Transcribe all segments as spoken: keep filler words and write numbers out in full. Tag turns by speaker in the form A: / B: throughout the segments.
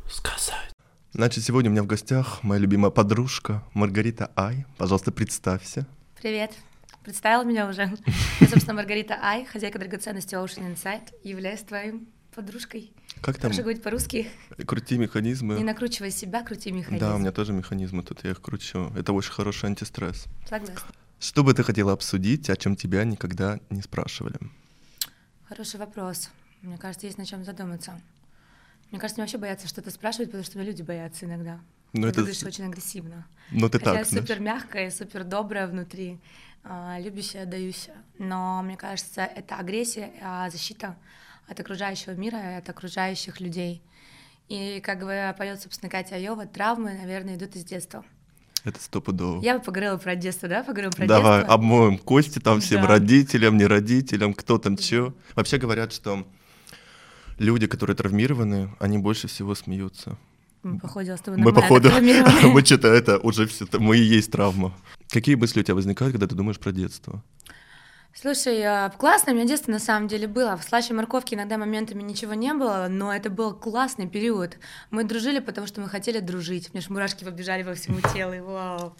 A: сказать.
B: Значит, сегодня у меня в гостях моя любимая подружка Маргарита Ай. Пожалуйста, представься.
C: Привет. Представила меня уже. Я, собственно, Маргарита Ай, хозяйка драгоценности Ocean Insight, являюсь твоей подружкой.
B: Как там?
C: Хорошо говорить по-русски.
B: Крути механизмы.
C: Не накручивай себя, крути механизм.
B: Да, у меня тоже механизмы, тут я их кручу. Это очень хороший антистресс.
C: Согласна.
B: Что бы ты хотела обсудить, о чем тебя никогда не спрашивали?
C: Хороший вопрос. Мне кажется, есть над чем задуматься. Мне кажется, мне вообще боятся что-то спрашивать, потому что люди боятся иногда.
B: Ну,
C: Ты
B: это...
C: выглядишь очень агрессивно.
B: Ну, ты
C: Хотя
B: так,
C: я супер
B: знаешь.
C: мягкая, супер добрая внутри, а, любящая, отдающая. Но мне кажется, это агрессия, а защита от окружающего мира и от окружающих людей. И как бы поет, собственно, Катя Айова, травмы, наверное, идут из детства.
B: Это стопудово.
C: Я бы поговорила про детство, да? Поговорим про
B: Давай,
C: детство.
B: обмоем кости там всем,
C: Да.
B: родителям, не родителям, кто там чё. Вообще говорят, что люди, которые травмированы, они больше всего смеются.
C: Мы, походу, с тобой
B: Мы,
C: нормально
B: походу,
C: травмированы.
B: мы что-то это, уже все, мы и есть травма. Какие мысли у тебя возникают, когда ты думаешь про детство?
C: Слушай, а, классно, у меня детство на самом деле было. В слаще морковки иногда моментами ничего не было, но это был классный период. Мы дружили, потому что мы хотели дружить. Мне ж мурашки побежали по всему телу, и вау.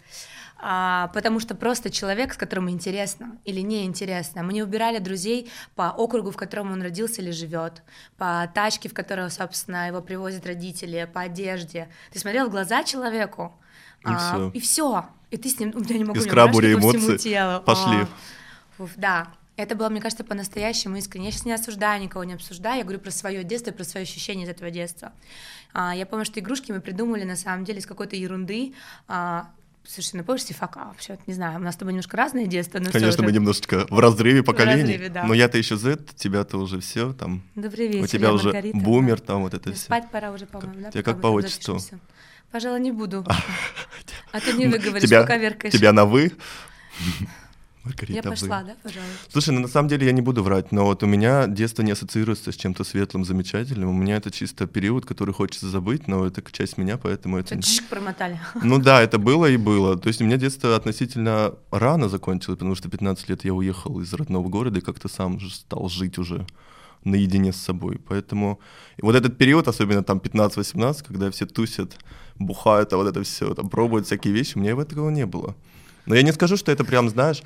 C: А, потому что просто человек, с которым интересно или неинтересно. Мы не убирали друзей по округу, в котором он родился или живет, по тачке, в которую, собственно, его привозят родители, по одежде. Ты смотрел в глаза человеку,
B: И
C: а,
B: всё.
C: и все. И ты с ним, я не могу, у меня
B: Искра, буря
C: мурашки по всему
B: эмоций
C: телу.
B: пошли.
C: А. Уф, да, это было, мне кажется, по-настоящему искренне. Я сейчас не осуждаю никого, не обсуждаю, я говорю про свое детство и про свои ощущения из этого детства. А, я помню, что игрушки мы придумали на самом деле из какой-то ерунды. А, слушай, ну помнишь Сифака вообще? Не знаю, у нас с тобой немножко разное детство. Но
B: Конечно,
C: всё
B: мы
C: же.
B: немножечко в разрыве поколений.
C: разрыве, да.
B: Но я-то еще Z, тебя-то уже все там.
C: Добрый вечер,
B: У тебя
C: я
B: уже
C: Маргарита,
B: бумер,
C: да.
B: там вот это
C: Ну,
B: все.
C: спать пора уже, по-моему, да?
B: Тебе
C: пока
B: как по
C: мы
B: отчеству?
C: запишемся. Пожалуй, не буду. А то не выговоришь,
B: Тебя,
C: пока веркаешь.
B: тебя на вы? Маргарита,
C: Я
B: вы.
C: пошла, да, пожалуйста?
B: Слушай, ну на самом деле я не буду врать, но вот у меня детство не ассоциируется с чем-то светлым, замечательным. У меня это чисто период, который хочется забыть, но это часть меня, поэтому это... не-
C: Чик промотали.
B: Ну да, это было и было. То есть у меня детство относительно рано закончилось, потому что пятнадцать лет я уехал из родного города и как-то сам же стал жить уже наедине с собой. Поэтому и вот этот период, особенно там пятнадцать-восемнадцать, когда все тусят, бухают, а вот это все, там пробуют всякие вещи, у меня этого не было. Но я не скажу, что это прям, знаешь,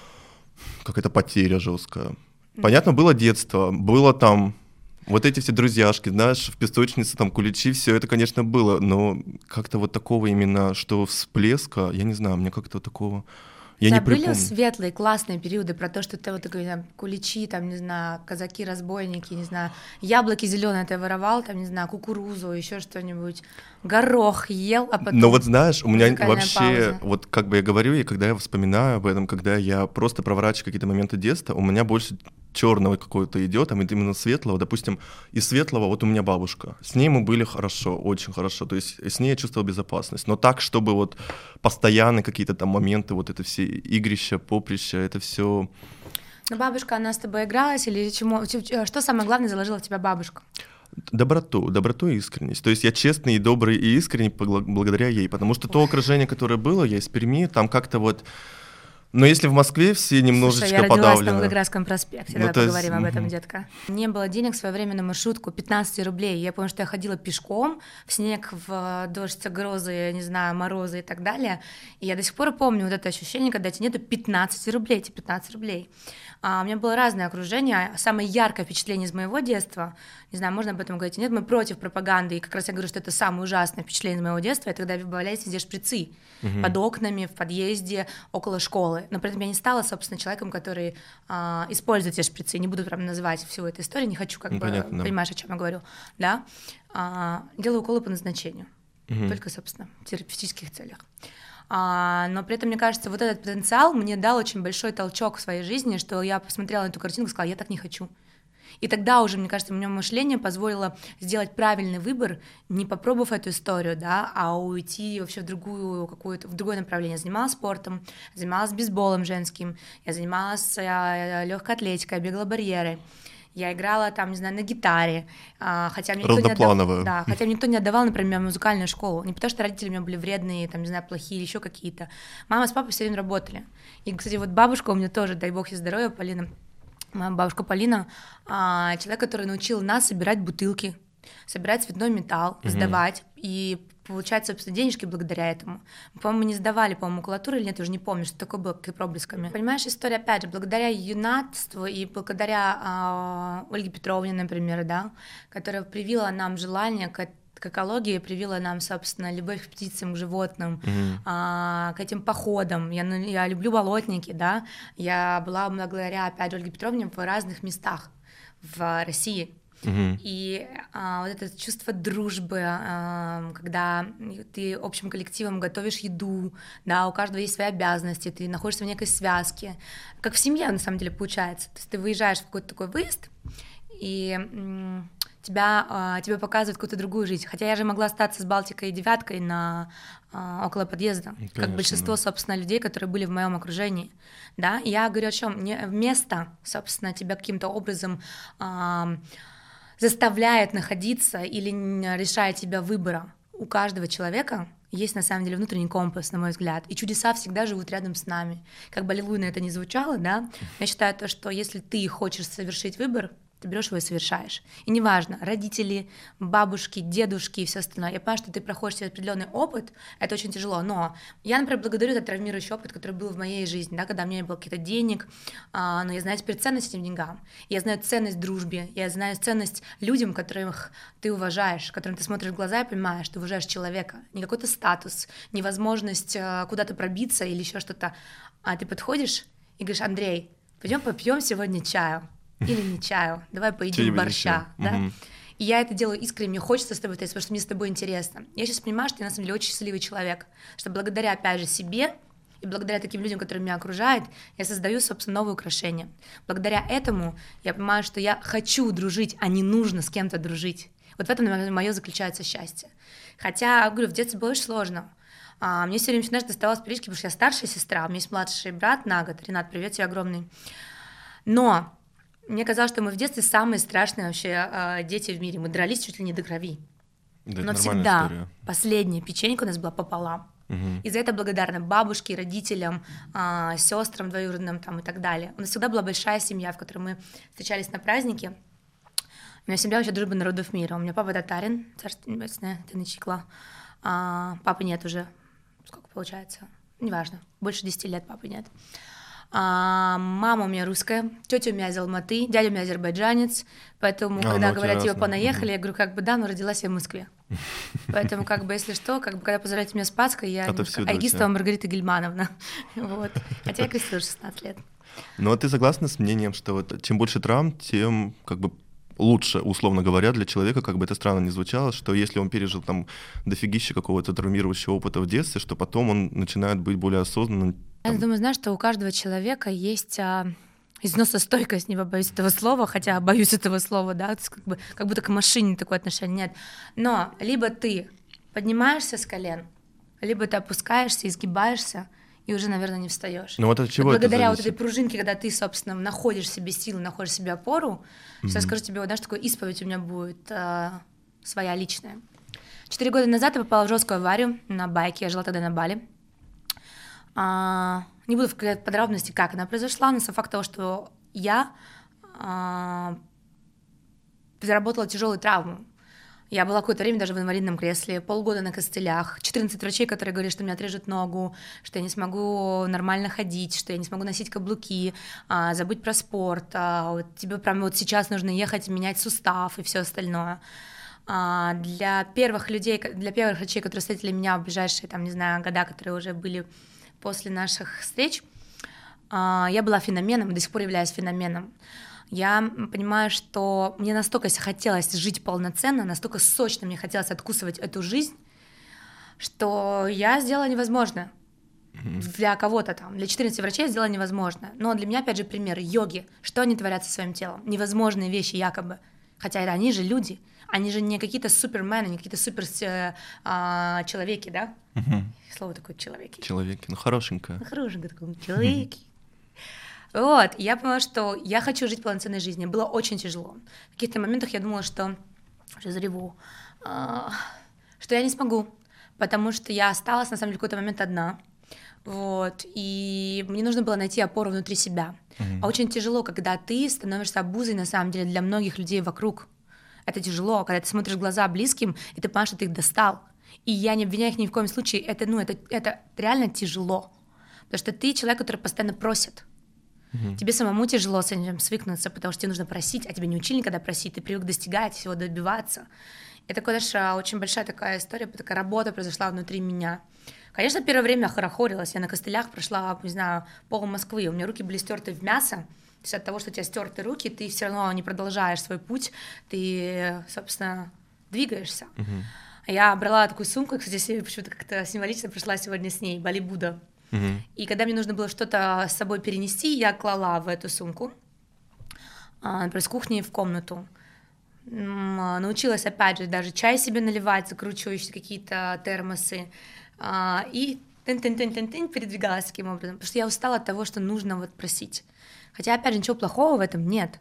B: какая-то потеря жесткая. Понятно, было детство, было там вот эти все друзьяшки, знаешь, в песочнице, там куличи, все это, конечно, было, но как-то вот такого именно, что всплеска, я не знаю, мне как-то такого, я
C: Да,
B: не
C: были
B: припомню.
C: светлые, классные периоды про то, что ты вот такой, там, куличи, там, не знаю, казаки-разбойники, не знаю, яблоки зеленые ты воровал, там, не знаю, кукурузу, еще что-нибудь, горох ел, а потом...
B: Но вот знаешь, у меня
C: музыкальная
B: вообще,
C: пауза.
B: вот как бы я говорю, и когда я вспоминаю об этом, когда я просто проворачиваю какие-то моменты детства, у меня больше черного какого-то идет, а именно светлого. Допустим, из светлого вот у меня бабушка. С ней мы были хорошо, очень хорошо. То есть с ней я чувствовал безопасность. Но так, чтобы вот постоянно какие-то там моменты, вот это все игрища, поприща, это все...
C: Ну, бабушка, она с тобой игралась или чему? Что самое главное заложила в тебя бабушка?
B: Доброту, доброту и искренность. То есть я честный и добрый и искренний побла- благодаря ей, потому что то окружение, которое было, я из Перми, там как-то вот... Но если в Москве все немножечко
C: Слушай, я родилась
B: подавлены...
C: на Волгоградском проспекте,
B: Ну,
C: давай
B: то есть,
C: поговорим об этом,
B: мгм.
C: детка. Не было денег в свое время на маршрутку, пятнадцать рублей. Я помню, что я ходила пешком в снег, в дождь, грозы, я не знаю, морозы и так далее. И я до сих пор помню вот это ощущение, когда тебе нету пятнадцать рублей, эти пятнадцать рублей. А у меня было разное окружение. Самое яркое впечатление из моего детства, не знаю, можно об этом говорить, нет, мы против пропаганды, и как раз я говорю, что это самое ужасное впечатление из моего детства, это когда вывалялись везде шприцы под окнами, в подъезде, около школы. Но при этом я не стала, собственно, человеком, который а, использует эти шприцы. Не буду прям называть всю эту историю, не хочу, как
B: Ну,
C: бы,
B: понятно, да.
C: понимаешь, о чем я говорю, да? А, делаю уколы по назначению,
B: Мгм.
C: только, собственно, в терапевтических целях. А, но при этом, мне кажется, вот этот потенциал мне дал очень большой толчок в своей жизни, что я посмотрела на эту картинку и сказала, я так не хочу. И тогда уже, мне кажется, мне мышление позволило сделать правильный выбор, не попробовав эту историю, да, а уйти вообще в другую какую-то, в другое направление. Я занималась спортом, занималась бейсболом женским, я занималась легкой атлетикой, бегала барьеры. Я играла там, не знаю, на гитаре, а, хотя мне никто не отдавал,
B: Разноплановая.
C: да, хотя мне никто не отдавал, например, музыкальную школу. Не потому что родители у меня были вредные, там, не знаю, плохие или еще какие-то. Мама с папой все время работали. И, кстати, вот бабушка у меня тоже, дай бог ей здоровья, Полина, моя бабушка Полина, а, человек, который научил нас собирать бутылки. собирать цветной металл,
B: Мгм.
C: сдавать и получать, собственно, денежки благодаря этому. По-моему, мы не сдавали, по-моему, макулатуру или нет, уже не помню, что такое было, как и проблесками. Понимаешь, история, опять же, благодаря юнатству и благодаря а, Ольге Петровне, например, да, которая привила нам желание к к экологии, привила нам, собственно, любовь к птицам, к животным,
B: Мгм.
C: а, к этим походам. Я, ну, я люблю болотники, да. Я была благодаря, опять же, Ольге Петровне в разных местах в России.
B: Мгм.
C: И а, вот это чувство дружбы, а, когда ты общим коллективом готовишь еду, да, у каждого есть свои обязанности, ты находишься в некой связке, как в семье, на самом деле, получается. То есть ты выезжаешь в какой-то такой выезд, и м, тебя, а, тебе показывают какую-то другую жизнь. Хотя я же могла остаться с Балтикой и девяткой на а, около подъезда,
B: Конечно,
C: как большинство,
B: да.
C: собственно, людей, которые были в моем окружении. Да, и я говорю о чем? Место, собственно, тебя каким-то образом а, заставляет находиться или н- решает тебя выбора. У каждого человека есть на самом деле внутренний компас, на мой взгляд, и чудеса всегда живут рядом с нами. Как бы аллилуйно это ни звучало, да, я считаю то, что если ты хочешь совершить выбор, ты берешь его и совершаешь. И неважно, родители, бабушки, дедушки и все остальное. Я понимаю, что ты проходишь через определенный опыт, это очень тяжело, но я, например, благодарю этот травмирующий опыт, который был в моей жизни, да, когда у меня не было каких-то денег, а, но я знаю теперь ценность этим деньгам, я знаю ценность дружбе, я знаю ценность людям, которых ты уважаешь, которым ты смотришь в глаза и понимаешь, что ты уважаешь человека, не какой-то статус, невозможность а, куда-то пробиться или еще что-то, а ты подходишь и говоришь: Андрей, пойдем попьем сегодня чаю. Или не чаю, давай поедим
B: Что-нибудь
C: борща,
B: ещё.
C: да?
B: Мгм.
C: И я это делаю искренне, мне хочется с тобой встретиться, потому что мне с тобой интересно. Я сейчас понимаю, что я на самом деле очень счастливый человек, что благодаря, опять же, себе и благодаря таким людям, которые меня окружают, я создаю, собственно, новые украшения. Благодаря этому я понимаю, что я хочу дружить, а не нужно с кем-то дружить. Вот в этом, наверное, мое заключается счастье. Хотя, говорю, в детстве было очень сложно. А, мне все время, знаешь, доставалось прилички, потому что я старшая сестра, у меня есть младший брат на год. Ренат, привет тебе огромный. Но мне казалось, что мы в детстве самые страшные вообще э, дети в мире. Мы дрались чуть ли не до крови.
B: Да, это
C: Но
B: нормальная
C: всегда
B: история.
C: последняя печенька у нас была пополам.
B: Мгм.
C: И за это благодарна бабушке, родителям, э, сестрам двоюродным там, и так далее. У нас всегда была большая семья, в которой мы встречались на празднике. У меня семья вообще дружба народов мира. У меня папа татарин, царство небесное, ты начекла. А, папы нет уже. Сколько получается? Неважно. Больше десяти лет папы нет. А, мама у меня русская, тетя у меня из Алматы, дядя у меня азербайджанец, поэтому,
B: А,
C: когда
B: ну, у тебя
C: говорят, типа,
B: разные.
C: понаехали,
B: Мгм.
C: я говорю, как бы, да, но родилась я в Москве. Поэтому, как бы, если что, как бы, когда поздравляете меня с Пасхой, я немножко
B: Отовсюду у
C: Айгистова
B: тебя.
C: Маргарита Гельмановна. Вот. Хотя я крестилась в шестнадцать лет.
B: Ну, а ты согласна с мнением, что вот чем больше травм, тем как бы лучше, условно говоря, для человека, как бы это странно ни звучало, что если он пережил там дофигища какого-то травмирующего опыта в детстве, что потом он начинает быть более осознанным.
C: Я
B: там.
C: думаю, знаешь, что у каждого человека есть а, износостойкость, не побоюсь этого слова, хотя боюсь этого слова, да, то есть как, бы, как будто к машине такое отношение нет. Но либо ты поднимаешься с колен, либо ты опускаешься, изгибаешься, и уже, наверное, не встаешь.
B: Ну вот от чего это
C: Благодаря вот
B: зависит?
C: этой пружинке, когда ты, собственно, находишь в себе силы, находишь в себе опору, сейчас
B: Мгм.
C: скажу тебе, вот, знаешь, такой исповедь у меня будет а, своя личная. Четыре года назад я попала в жесткую аварию на байке, я жила тогда на Бали. А, не буду вкладывать подробности, как она произошла, но сам факт того, что я а, заработала тяжелую травму. Я была какое-то время даже в инвалидном кресле, полгода на костылях, четырнадцать врачей, которые говорят, что мне отрежут ногу, что я не смогу нормально ходить, что я не смогу носить каблуки, а, забыть про спорт, а, вот тебе прямо вот сейчас нужно ехать менять сустав и все остальное. А, для первых людей, для первых врачей, которые встретили меня в ближайшие, там, не знаю, года, которые уже были после наших встреч, а, я была феноменом, до сих пор являюсь феноменом. Я понимаю, что мне настолько хотелось жить полноценно, настолько сочно мне хотелось откусывать эту жизнь, что я сделала невозможное. Для кого-то там, для четырнадцати врачей я сделала невозможное. Но для меня, опять же, пример йоги. Что они творят со своим телом? Невозможные вещи якобы. Хотя это они же люди. Они же не какие-то супермены, не какие-то супер э, а, человеки, да?
B: Мгм.
C: Слово такое человеки.
B: Человеки, ну хорошенькая.
C: Ну, хорошенько такое, человеки. Вот, и я поняла, что я хочу жить полноценной жизнью. Было очень тяжело. В каких-то моментах я думала, что... Сейчас зареву. а, Что я не смогу, потому что я осталась, на самом деле, в какой-то момент одна. Вот, и мне нужно было найти опору внутри себя.
B: Мгм.
C: А очень тяжело, когда ты становишься обузой, на самом деле, для многих людей вокруг. Это тяжело, когда ты смотришь в глаза близким, и ты понимаешь, что ты их достал. И я не обвиняю их ни в коем случае, это, ну, это, это реально тяжело. Потому что ты человек, который постоянно просит. Uh-huh. Тебе самому тяжело с этим свыкнуться, потому что тебе нужно просить, а тебя не учили никогда просить, ты привык достигать, всего добиваться. Это, конечно, очень большая такая история, такая работа произошла внутри меня. Конечно, первое время я хорохорилась, я на костылях прошла, не знаю, пол Москвы, у меня руки были стерты в мясо, то есть от того, что у тебя стерты руки, ты все равно не продолжаешь свой путь, ты, собственно, двигаешься. Uh-huh. Я брала такую сумку, кстати, почему-то как-то символично пришла сегодня с ней, Бали Будда. Uh-huh. И когда мне нужно было что-то с собой перенести, я клала в эту сумку, например, с кухни в комнату. Научилась, опять же, даже чай себе наливать, закручивающие какие-то термосы, и тын-тын-тын-тын-тын передвигалась таким образом, потому что я устала от того, что нужно вот просить. Хотя, опять же, ничего плохого в этом нет.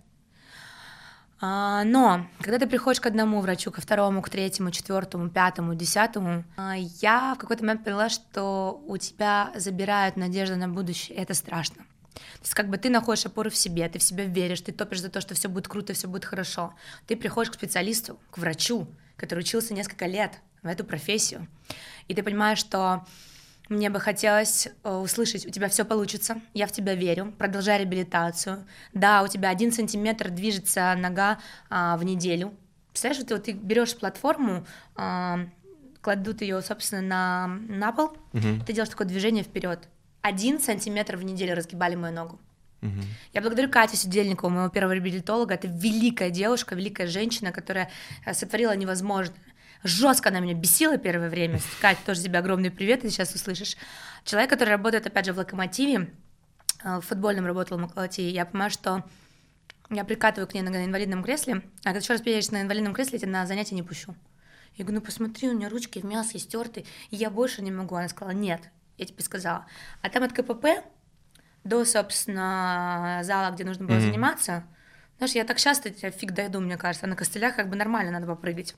C: Но когда ты приходишь к одному врачу, ко второму, к третьему, четвертому, пятому, десятому, я в какой-то момент поняла, что у тебя забирают надежду на будущее, и это страшно. То есть как бы ты находишь опору в себе, ты в себя веришь, ты топишь за то, что все будет круто, все будет хорошо. Ты приходишь к специалисту, к врачу, который учился несколько лет в эту профессию, и ты понимаешь, что мне бы хотелось услышать: у тебя все получится, я в тебя верю, продолжай реабилитацию. Да, у тебя один сантиметр движется нога а, в неделю. Представляешь, вот ты, вот ты берешь платформу, а, кладут ее, собственно, на, на пол, uh-huh. ты делаешь такое движение вперед. Один сантиметр в неделю разгибали мою ногу. Uh-huh. Я благодарю Катю Сидельникову, моего первого реабилитолога. Это великая девушка, великая женщина, которая сотворила невозможное. Жестко она меня бесила первое время. Катя, тоже тебе огромный привет, ты сейчас услышишь. Человек, который работает, опять же, в Локомотиве, в футбольном работал в Локомотиве, я понимаю, что я прикатываю к ней на инвалидном кресле, а когда еще раз приедешь на инвалидном кресле, я тебя на занятия не пущу. Я говорю: ну посмотри, у меня ручки в мясо стерты, и я больше не могу. Она сказала: нет, я тебе сказала. А там от КПП до, собственно, зала, где нужно было mm-hmm. заниматься, знаешь, я так часто фиг дойду, мне кажется, а на костылях как бы нормально надо попрыгать.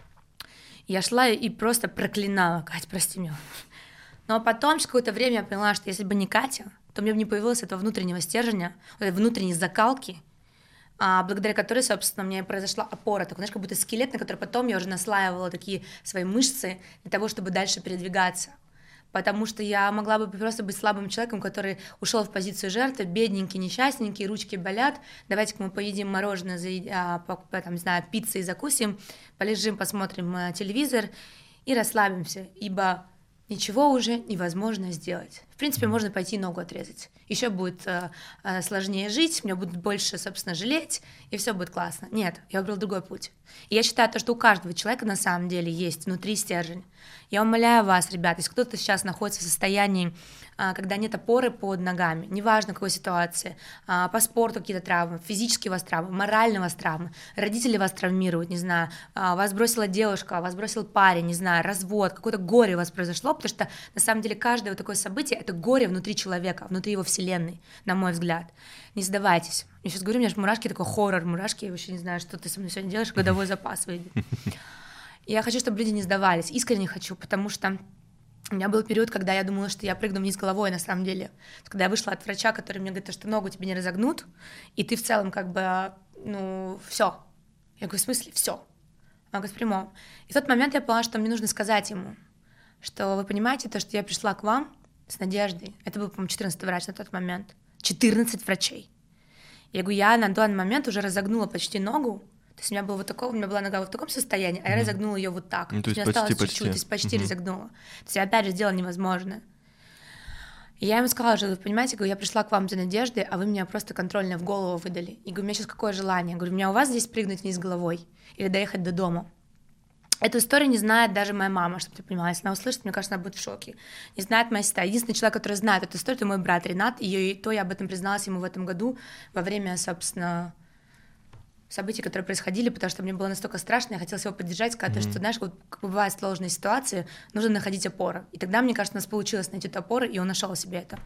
C: Я шла и просто проклинала: Катя, прости меня. Но потом, через какое-то время я поняла, что если бы не Катя, то мне бы не появилось этого внутреннего стержня, этой внутренней закалки, а, благодаря которой, собственно, у меня произошла опора, такой, знаешь, как будто скелет, на который потом я уже наслаивала такие свои мышцы для того, чтобы дальше передвигаться. Потому что я могла бы просто быть слабым человеком, который ушел в позицию жертвы, бедненький, несчастненький, ручки болят, давайте-ка мы поедим мороженое, там, не знаю, пиццы и закусим, полежим, посмотрим телевизор и расслабимся, ибо ничего уже невозможно сделать. В принципе, можно пойти ногу отрезать. Еще будет э, э, сложнее жить, меня будут больше, собственно, жалеть, и все будет классно. Нет, я выбрала другой путь. И я считаю, то, что у каждого человека на самом деле есть внутри стержень. Я умоляю вас, ребята, если кто-то сейчас находится в состоянии, э, когда нет опоры под ногами, неважно какой ситуации, э, по спорту какие-то травмы, физические у вас травмы, моральные у вас травмы, родители вас травмируют, не знаю, э, вас бросила девушка, вас бросил парень, не знаю, развод, какое-то горе у вас произошло, потому что на самом деле каждое вот такое событие — это горе внутри человека, внутри его вселенной, на мой взгляд. Не сдавайтесь. Я сейчас говорю, у меня же мурашки, такой хоррор, мурашки, я вообще не знаю, что ты со мной сегодня делаешь, годовой запас выйдет. Я хочу, чтобы люди не сдавались, искренне хочу, потому что у меня был период, когда я думала, что я прыгну вниз головой, на самом деле. Когда я вышла от врача, который мне говорит, что ногу тебе не разогнут, и ты в целом как бы, ну, все. Я говорю: в смысле все? Он говорит: в прямом. И в тот момент я поняла, что мне нужно сказать ему, что вы понимаете, то, что я пришла к вам с надеждой. Это был, по-моему, четырнадцатый врач на тот момент. четырнадцать врачей. Я говорю: я на данный момент уже разогнула почти ногу. То есть у меня, было вот такое, у меня была нога вот в таком состоянии, а mm-hmm. я разогнула ее вот так.
B: Ну, то есть
C: у меня
B: почти,
C: осталось
B: почти.
C: чуть-чуть, то есть почти
B: mm-hmm.
C: разогнула. То есть я опять же сделала невозможное. И я ему сказала, что, вы понимаете, говорю, я пришла к вам за надеждой, а вы меня просто контрольно в голову выдали. И говорю: у меня сейчас какое желание? Я говорю: у меня у вас здесь прыгнуть вниз головой или доехать до дома. Эту историю не знает даже моя мама, чтобы ты понимала. Если она услышит, мне кажется, она будет в шоке. Не знает моя сестра. Единственный человек, который знает эту историю, это мой брат Ренат. И то я об этом призналась ему в этом году во время, собственно, событий, которые происходили, потому что мне было настолько страшно, я хотела его поддержать, сказать, mm-hmm. что, знаешь, вот, как бывают сложные ситуации, нужно находить опору. И тогда, мне кажется, у нас получилось найти эту опору, и он нашел себе это.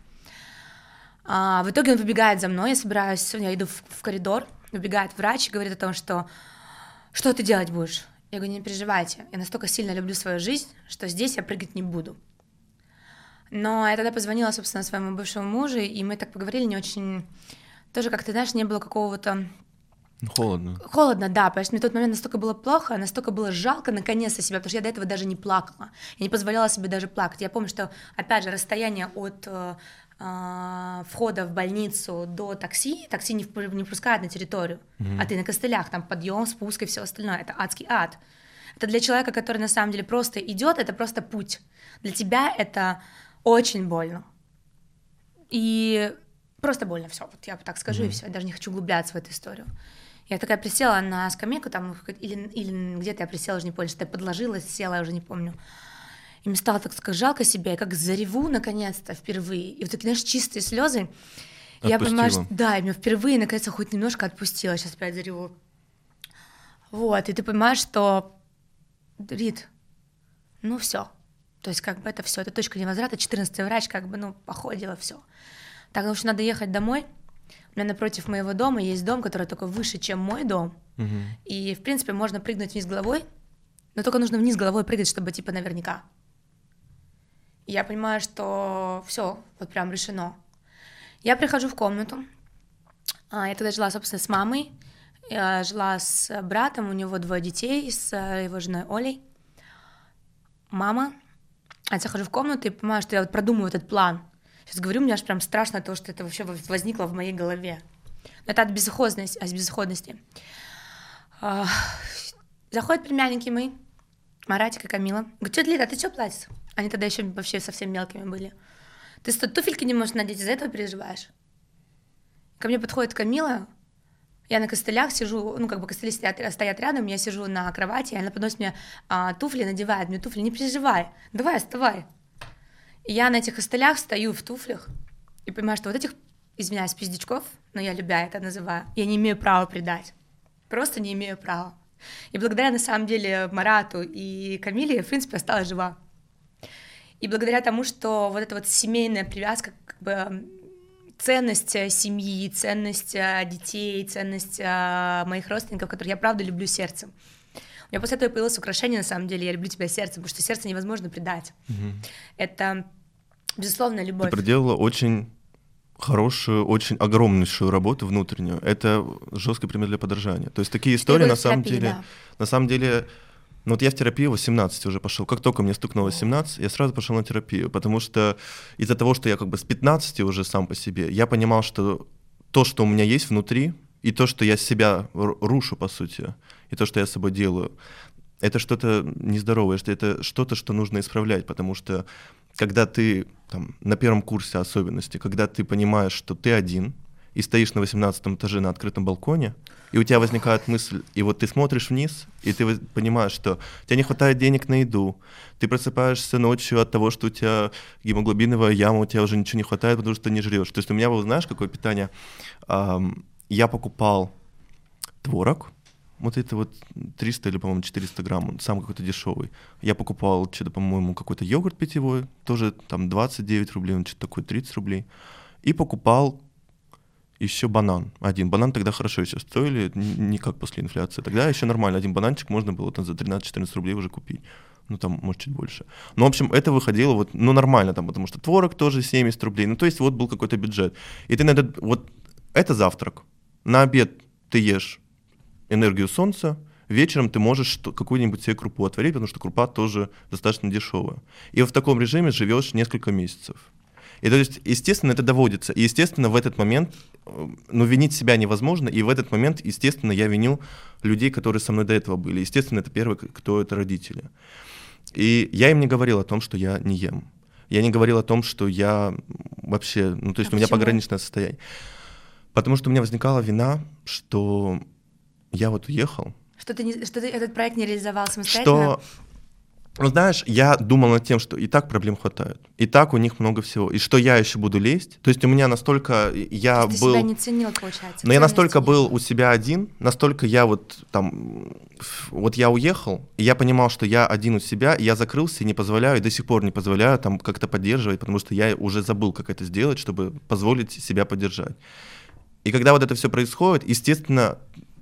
C: А, в итоге он выбегает за мной, я собираюсь, я иду в, в коридор, выбегает врач и говорит о том, что что ты делать будешь? Я говорю: не переживайте, я настолько сильно люблю свою жизнь, что здесь я прыгать не буду. Но я тогда позвонила, собственно, своему бывшему мужу, и мы так поговорили, не очень... Тоже как-то, знаешь, не было какого-то
B: Холодно.
C: Холодно, да, потому что мне в тот момент настолько было плохо, настолько было жалко наконец-то себя, потому что я до этого даже не плакала. Я не позволяла себе даже плакать. Я помню, что, опять же, расстояние от э, э, входа в больницу до такси, такси не, не пускает на территорию, mm-hmm. а ты на костылях, там подъем, спуск и все остальное. Это адский ад. Это для человека, который на самом деле просто идет, это просто путь. Для тебя это очень больно. И просто больно все. Вот я так скажу, mm-hmm. и все. Я даже не хочу углубляться в эту историю. Я такая присела на скамейку, там, или, или где-то я присела, уже не помню, что я подложилась, села, я уже не помню. И мне стало так сказать, жалко себя, я как зареву наконец-то впервые. И вот такие, знаешь, чистые слезы. Я понимаю, что да, и меня впервые наконец-то хоть немножко отпустила, сейчас опять зареву. Вот, и ты понимаешь, что, Рит, ну все. То есть как бы это все, это точка невозврата, четырнадцатый врач, как бы, ну, походила, все. Так, ну что надо ехать домой. У меня напротив моего дома есть дом, который такой выше, чем мой дом. Uh-huh. И, в принципе, можно прыгнуть вниз головой, но только нужно вниз головой прыгать, чтобы, типа, наверняка. И я понимаю, что все, вот прям решено. Я прихожу в комнату. Я тогда жила, собственно, с мамой. Я жила с братом, у него двое детей, с его женой Олей. Мама. Я захожу в комнату и понимаю, что я вот продумываю этот план. Сейчас говорю, мне аж прям страшно то, что это вообще возникло в моей голове. Но это от безысходности. От безысходности. Заходят племянники мои, Маратик и Камила. Говорят, тётя Лида, а ты что платишь? Они тогда еще вообще совсем мелкими были. Ты что, туфельки не можешь надеть, из-за этого переживаешь? Ко мне подходит Камила, я на костылях сижу, ну как бы костыли стоят, стоят рядом, я сижу на кровати, она подносит мне а, туфли, надевает мне туфли, не переживай, давай, вставай. И я на этих костылях стою в туфлях и понимаю, что вот этих, извиняюсь, пиздячков, но я любя это называю, я не имею права предать. Просто не имею права. И благодаря, на самом деле, Марату и Камиле я, в принципе, осталась жива. И благодаря тому, что вот эта вот семейная привязка, как бы ценность семьи, ценность детей, ценность моих родственников, которых я, правда, люблю сердцем. У меня после этого появилось украшение, на самом деле, я люблю тебя сердцем, потому что сердце невозможно предать. Угу. Это, безусловно, любовь.
B: Ты проделала очень хорошую, очень огромнейшую работу внутреннюю. Это жесткий пример для подражания. То есть такие истории, на самом терапии, деле, да. на самом деле, ну вот я в терапию в восемнадцать уже пошел. Как только мне стукнуло семнадцать, я сразу пошел на терапию, потому что из-за того, что я как бы с пятнадцати уже сам по себе, я понимал, что то, что у меня есть внутри, и то, что я себя рушу, по сути, и то, что я с собой делаю, это что-то нездоровое, что это что-то, что нужно исправлять, потому что когда ты там, на первом курсе особенности, когда ты понимаешь, что ты один, и стоишь на восемнадцатом этаже на открытом балконе, и у тебя возникает мысль, и вот ты смотришь вниз, и ты понимаешь, что у тебя не хватает денег на еду, ты просыпаешься ночью от того, что у тебя гемоглобиновая яма, у тебя уже ничего не хватает, потому что ты не жрешь. То есть у меня было, знаешь, какое питание? Я покупал творог, вот это вот триста или, по-моему, четыреста грамм, сам какой-то дешевый. Я покупал что-то, по-моему, какой-то йогурт питьевой, тоже там двадцать девять рублей, ну, что-то такое, тридцать рублей. И покупал еще банан один. Банан тогда хорошо еще стоили, не как после инфляции. Тогда еще нормально, один бананчик можно было там за тринадцать-четырнадцать рублей уже купить. Ну, там, может, чуть больше. Ну, в общем, это выходило вот, ну, нормально там, потому что творог тоже семьдесят рублей. Ну, то есть вот был какой-то бюджет. И ты на этот, вот, это завтрак. На обед ты ешь энергию солнца, вечером ты можешь что, какую-нибудь себе крупу отварить, потому что крупа тоже достаточно дешевая. И вот в таком режиме живешь несколько месяцев. И то есть, естественно, это доводится. И, естественно, в этот момент, ну, винить себя невозможно, и в этот момент, естественно, я винил людей, которые со мной до этого были. Естественно, это первый, кто это родители. И я им не говорил о том, что я не ем. Я не говорил о том, что я вообще, ну, то есть а у меня почему? Пограничное состояние. Потому что у меня возникала вина, что я вот уехал.
C: Что ты, не, что ты этот проект не реализовал самостоятельно?
B: Что, ну, знаешь, я думал над тем, что и так проблем хватает, и так у них много всего, и что я еще буду лезть. То есть у меня настолько я
C: ты
B: был...
C: Ты себя не ценил, получается.
B: Но я настолько был у себя один, настолько я вот там... Вот я уехал, и я понимал, что я один у себя, и я закрылся и не позволяю, и до сих пор не позволяю там как-то поддерживать, потому что я уже забыл, как это сделать, чтобы позволить себя поддержать. И когда вот это все происходит, естественно,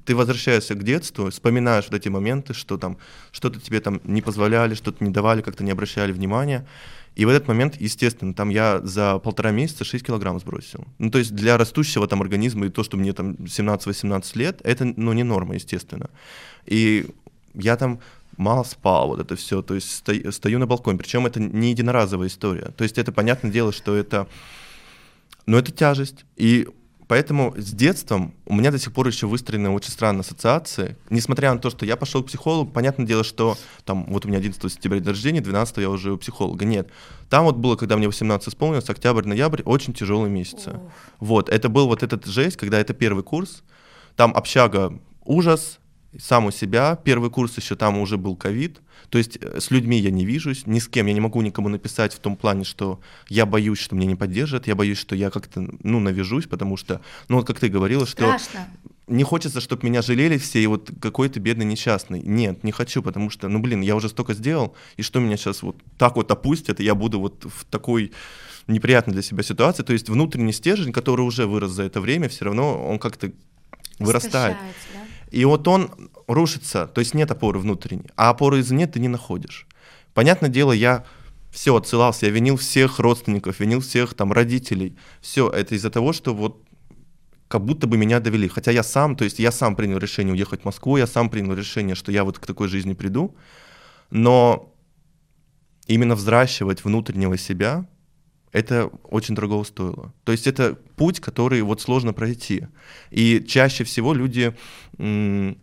B: ты возвращаешься к детству, вспоминаешь вот эти моменты, что там что-то тебе там не позволяли, что-то не давали, как-то не обращали внимания. И в этот момент, естественно, там я за полтора месяца шесть килограмм сбросил. Ну, то есть для растущего там организма и то, что мне там семнадцать-восемнадцать лет, это, ну, не норма, естественно. И я там мало спал, вот это все, то есть стою, стою на балконе, причем это не единоразовая история. То есть это, понятное дело, что это, ну, это тяжесть. И поэтому с детством у меня до сих пор еще выстроены очень странные ассоциации. Несмотря на то, что я пошел к психологу, понятное дело, что там вот у меня одиннадцатого сентября день рождения, двенадцатого я уже у психолога. Нет. Там вот было, когда мне восемнадцать исполнилось, октябрь-ноябрь, очень тяжелые месяцы. Ух. Вот, это был вот этот жесть, когда это первый курс, там общага ужас, сам у себя, первый курс еще там уже был ковид, то есть с людьми я не вижусь, ни с кем, я не могу никому написать в том плане, что я боюсь, что меня не поддержат, я боюсь, что я как-то, ну, навяжусь, потому что, ну, вот как ты говорила, что
C: страшно.
B: Не хочется, чтобы меня жалели все, и вот какой ты бедный несчастный. Нет, не хочу, потому что, ну, блин, я уже столько сделал, и что меня сейчас вот так вот опустят, и я буду вот в такой неприятной для себя ситуации, то есть внутренний стержень, который уже вырос за это время, все равно он как-то вырастает.
C: Да?
B: И вот он рушится, то есть нет опоры внутренней, а опоры извне ты не находишь. Понятное дело, я все отсылался, я винил всех родственников, винил всех там родителей. Все это из-за того, что вот как будто бы меня довели. Хотя я сам, то есть я сам принял решение уехать в Москву, я сам принял решение, что я вот к такой жизни приду. Но именно взращивать внутреннего себя, это очень дорого стоило. То есть это путь, который вот сложно пройти. И чаще всего люди, м-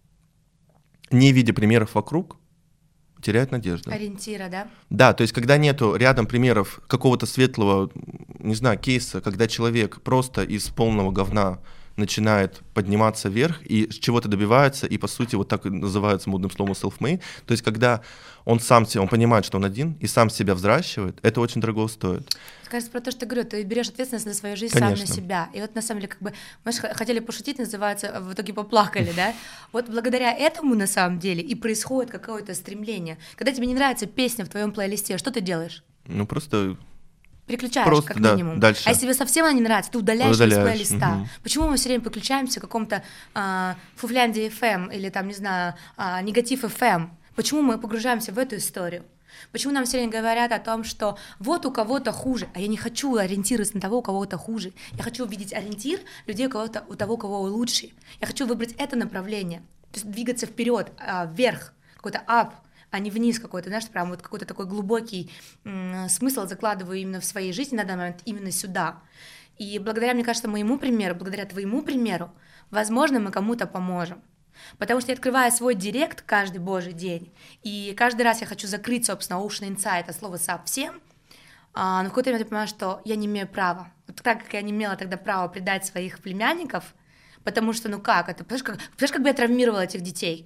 B: не видя примеров вокруг, теряют надежду.
C: Ориентира, да?
B: Да, то есть когда нету рядом примеров какого-то светлого, не знаю, кейса, когда человек просто из полного говна начинает подниматься вверх и чего-то добивается, и по сути вот так и называется модным словом self-made, то есть когда он сам себя, он понимает, что он один, и сам себя взращивает, это очень дорого стоит.
C: Кажется, про то, что ты говорю, ты берешь ответственность за свою жизнь
B: Конечно.
C: сам на себя. И вот на самом деле, как бы, мы же хотели пошутить, называется, в итоге поплакали, да? Вот благодаря этому, на самом деле, и происходит какое-то стремление. Когда тебе не нравится песня в твоем плейлисте, что ты делаешь?
B: Ну просто...
C: Переключаешь,
B: Просто,
C: как
B: да,
C: минимум.
B: дальше.
C: А если тебе совсем она не нравится, ты удаляешь,
B: Удаляешь.
C: из плейлиста.
B: Угу.
C: Почему мы все время подключаемся к какому-то а, Фуфлянде эф эм или там, не знаю, а, Негатив эф эм? Почему мы погружаемся в эту историю? Почему нам все время говорят о том, что вот у кого-то хуже, а я не хочу ориентироваться на того, у кого-то хуже. Я хочу увидеть ориентир людей у кого-то, у того, у кого лучше. Я хочу выбрать это направление, то есть двигаться вперед, а, вверх, какой-то ап, а не вниз какой-то, знаешь, прям вот какой-то такой глубокий м- смысл закладываю именно в своей жизни на данный момент, именно сюда. И благодаря, мне кажется, моему примеру, благодаря твоему примеру, возможно, мы кому-то поможем. Потому что я открываю свой директ каждый божий день, и каждый раз я хочу закрыть, собственно, Ocean Insight от слова совсем, а, но в какой-то момент я понимаю, что я не имею права. Вот так как я не имела тогда права предать своих племянников, потому что, ну как, это, понимаешь, как, понимаешь, как бы я травмировала этих детей?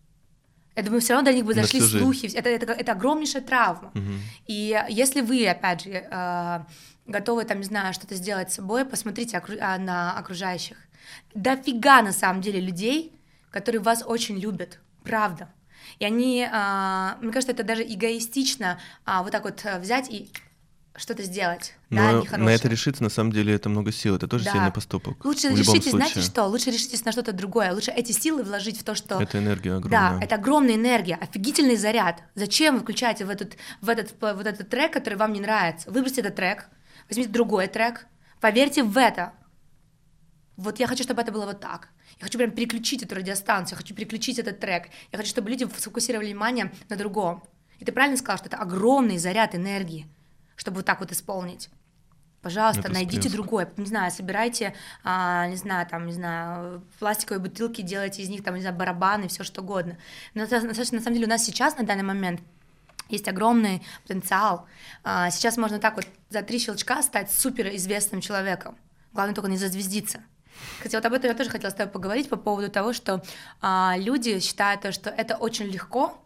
C: Я думаю, все равно до них бы зашли слухи, это, это, это огромнейшая травма.
B: Угу.
C: И если вы, опять же, э, готовы, там, не знаю, что-то сделать с собой, посмотрите окру- на окружающих. Дофига, на самом деле, людей, которые вас очень любят, правда. И они, э, мне кажется, это даже эгоистично э, вот так вот взять и что-то сделать.
B: Но
C: да,
B: на это решиться, на самом деле, это много сил, это тоже да. сильный поступок.
C: Лучше решитесь, знаете что, лучше решитесь на что-то другое, лучше эти силы вложить в то, что...
B: Это энергия огромная.
C: Да, это огромная энергия, офигительный заряд. Зачем вы включаете в этот, в этот, вот этот трек, который вам не нравится? Выбросьте этот трек, возьмите другой трек, поверьте в это. Вот я хочу, чтобы это было вот так. Я хочу прям переключить эту радиостанцию, я хочу переключить этот трек. Я хочу, чтобы люди сфокусировали внимание на другом. И ты правильно сказал, что это огромный заряд энергии, чтобы вот так вот исполнить. Пожалуйста, это найдите всплеск. Другое. Не знаю, собирайте, а, не знаю, там, не знаю, пластиковые бутылки, делайте из них, там, не знаю, барабаны, все что угодно. Но на, на самом деле у нас сейчас, на данный момент, есть огромный потенциал. А, сейчас можно так вот за три щелчка стать суперизвестным человеком. Главное только не зазвездиться. Кстати, вот об этом я тоже хотела с тобой поговорить по поводу того, что а, люди считают, что это очень легко,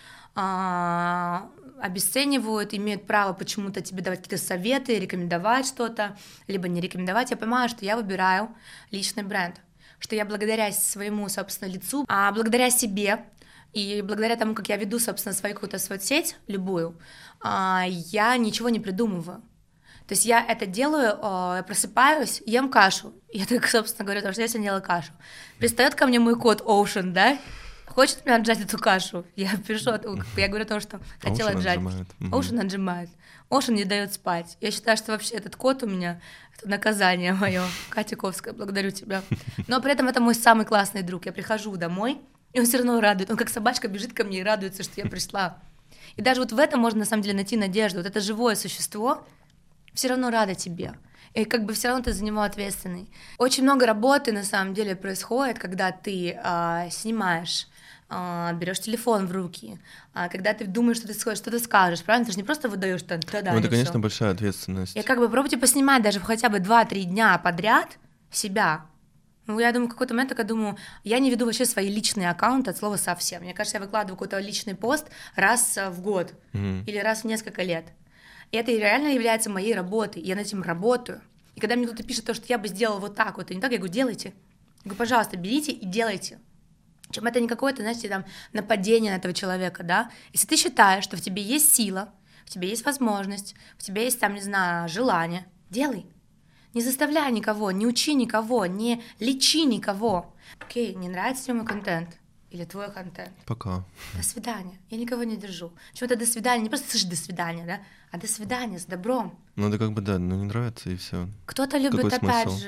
C: а, обесценивают, имеют право почему-то тебе давать какие-то советы, рекомендовать что-то, либо не рекомендовать. Я понимаю, что я выбираю личный бренд, что я благодаря своему, собственно, лицу, а благодаря себе и благодаря тому, как я веду, собственно, свою какую-то соцсеть, любую, я ничего не придумываю. То есть я это делаю, я просыпаюсь, ем кашу. Я так, собственно говоря, потому что я сегодня ела кашу. Пристает ко мне мой кот Ocean, да, хочет меня отжать эту кашу. Я пишу, я говорю о том, что хотела
B: Ocean
C: отжать.
B: отжимает.
C: Ocean отжимает. Ocean не дает спать. Я считаю, что вообще этот кот у меня — это наказание мое. Катя Ковская, благодарю тебя. Но при этом это мой самый классный друг. Я прихожу домой, и он все равно радует. Он как собачка бежит ко мне и радуется, что я пришла. И даже вот в этом можно на самом деле найти надежду. Вот это живое существо все равно радо тебе. И как бы все равно ты за него ответственный. Очень много работы на самом деле происходит, когда ты а, снимаешь, а, берешь телефон в руки, а, когда ты думаешь, что ты что-то скажешь, правильно? Ты же не просто выдаешь там, да-да.
B: Ну, это, конечно, всё. Большая ответственность.
C: И как бы пробуйте поснимать даже хотя бы два-три дня подряд себя. Ну, я думаю, в какой-то момент я думаю, я не веду вообще свои личные аккаунты от слова совсем. Мне кажется, я выкладываю какой-то личный пост раз в год mm-hmm. или раз в несколько лет. И это реально является моей работой, я над этим работаю. И когда мне кто-то пишет то, что я бы сделала вот так вот, и не так, я говорю, делайте. Я говорю, пожалуйста, берите и делайте. Чем это не какое-то, знаете, там, нападение на этого человека, да? Если ты считаешь, что в тебе есть сила, в тебе есть возможность, в тебе есть, там, не знаю, желание, делай. Не заставляй никого, не учи никого, не лечи никого. Окей, не нравится тебе мой контент или твой контент?
B: Пока.
C: До свидания. Я никого не держу. Почему-то до свидания, не просто слышишь до свидания, да, а до свидания, с добром.
B: Ну да как бы да, ну не нравится и все.
C: Кто-то любит, Какой опять смысл? же,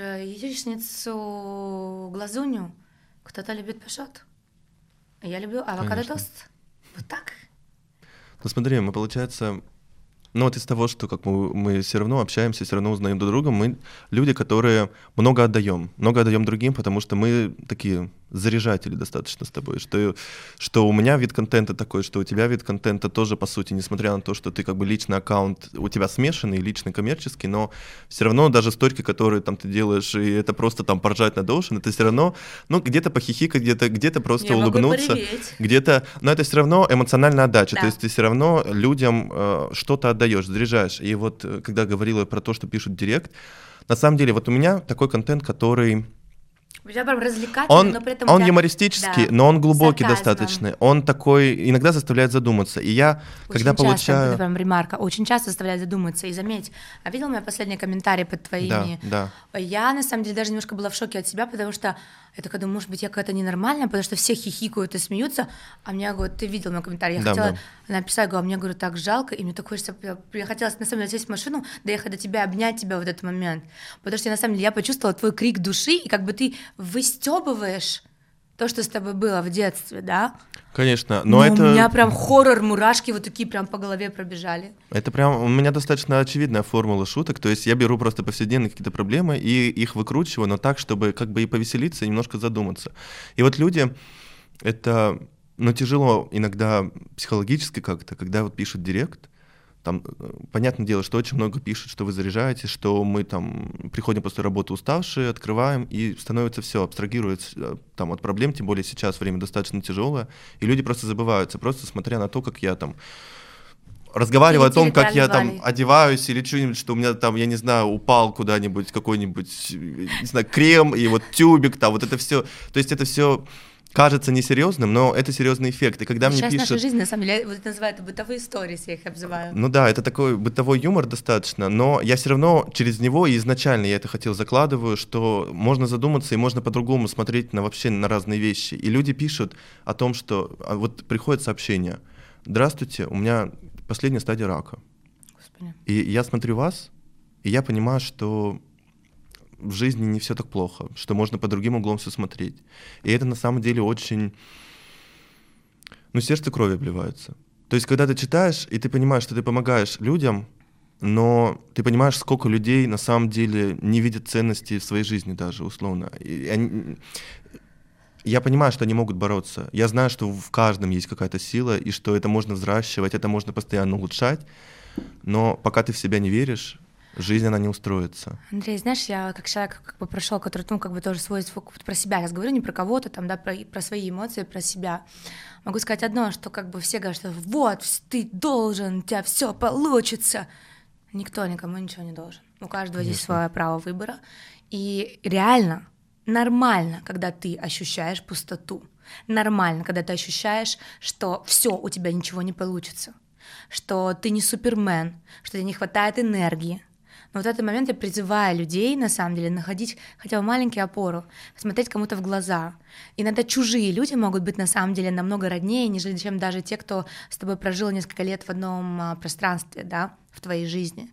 C: яичницу глазунью, кто-то любит пашот. Я люблю авокадо-тост. Вот так.
B: Ну смотри, мы, получается... Ну вот из того, что как мы, мы все равно общаемся, все равно узнаем друг друга, мы люди, которые много отдаем, много отдаем другим, потому что мы такие заряжатели достаточно с тобой, что, что у меня вид контента такой, что у тебя вид контента тоже, по сути, несмотря на то, что ты как бы личный аккаунт, у тебя смешанный, личный, коммерческий, но все равно даже стойки, которые там ты делаешь, и это просто там поржать над Ocean, это все равно, ну, где-то похихикать, где-то, где-то просто Я улыбнуться, где-то, но это все равно эмоциональная отдача, да. То есть ты все равно людям э, что-то отдаешь, заряжаешь. И вот когда говорила про то, что пишут в директ, на самом деле вот у меня такой контент, который...
C: У тебя прям развлекательный,
B: он,
C: но при этом
B: он
C: тебя...
B: юмористический,
C: да,
B: но он глубокий
C: сарказмом.
B: достаточно. Он такой иногда заставляет задуматься. И я,
C: очень
B: когда
C: часто,
B: получаю...
C: это прям ремарка, очень часто заставляет задуматься. И заметь, а видел мои последние комментарии под твоими?
B: Да, да.
C: Я, на самом деле, даже немножко была в шоке от себя, потому что я такая думаю, может быть, я какая-то ненормальная, потому что все хихикают и смеются, а мне говорят, ты видел мой комментарий, я да, хотела да. написать, говорю, а мне, говорю, так жалко, и мне так хочется, я, я хотела, на самом деле, сесть в машину, доехать до тебя, обнять тебя в этот момент, потому что, на самом деле, я почувствовала твой крик души, и как бы ты выстёбываешь то, что с тобой было в детстве, да?
B: Конечно, но,
C: но
B: это...
C: у меня прям хоррор, мурашки вот такие прям по голове пробежали.
B: Это прям, у меня достаточно очевидная формула шуток, то есть я беру просто повседневные какие-то проблемы и их выкручиваю, но так, чтобы как бы и повеселиться, и немножко задуматься. И вот люди, это, ну, тяжело иногда психологически как-то, когда вот пишут директ, там, понятное дело, что очень много пишут, что вы заряжаете, что мы там приходим после работы уставшие, открываем, и становится все, абстрагируется там от проблем, тем более сейчас время достаточно тяжелое, и люди просто забываются, просто смотря на то, как я там разговариваю о том, как я там одеваюсь или что-нибудь, что у меня там, я не знаю, упал куда-нибудь какой-нибудь, не знаю, крем и вот тюбик, там вот это все, то есть это все кажется несерьезным, но это серьезный эффект. И когда
C: Сейчас
B: мне пишут...
C: наша жизнь, на самом деле, вот это называют бытовые истории, я их обзываю.
B: Ну да, это такой бытовой юмор достаточно, но я все равно через него, и изначально я это хотел закладываю, что можно задуматься и можно по-другому смотреть на вообще на разные вещи. И люди пишут о том, что... Вот приходит сообщение. Здравствуйте, у меня последняя стадия рака. Господи. И я смотрю вас, и я понимаю, что... в жизни не все так плохо, что можно под другим углом все смотреть. И это на самом деле очень... Ну, сердце крови обливается. То есть, когда ты читаешь, и ты понимаешь, что ты помогаешь людям, но ты понимаешь, сколько людей на самом деле не видят ценности в своей жизни даже, условно. И они... Я понимаю, что они могут бороться. Я знаю, что в каждом есть какая-то сила, и что это можно взращивать, это можно постоянно улучшать, но пока ты в себя не веришь, жизнь, она не устроится.
C: Андрей, знаешь, я как человек как бы прошел, который, ну, как бы тоже свой, про себя, я говорю не про кого-то там, да, про, про свои эмоции, про себя. Могу сказать одно, что как бы все говорят, что вот, ты должен, у тебя все получится. Никто никому ничего не должен. У каждого Конечно. Есть свое право выбора. И реально нормально, когда ты ощущаешь пустоту. Нормально, когда ты ощущаешь, что все, у тебя ничего не получится. Что ты не супермен, что тебе не хватает энергии. Но вот в этот момент я призываю людей, на самом деле, находить хотя бы маленькую опору, смотреть кому-то в глаза. Иногда чужие люди могут быть, на самом деле, намного роднее, нежели чем даже те, кто с тобой прожил несколько лет в одном а, пространстве, да, в твоей жизни.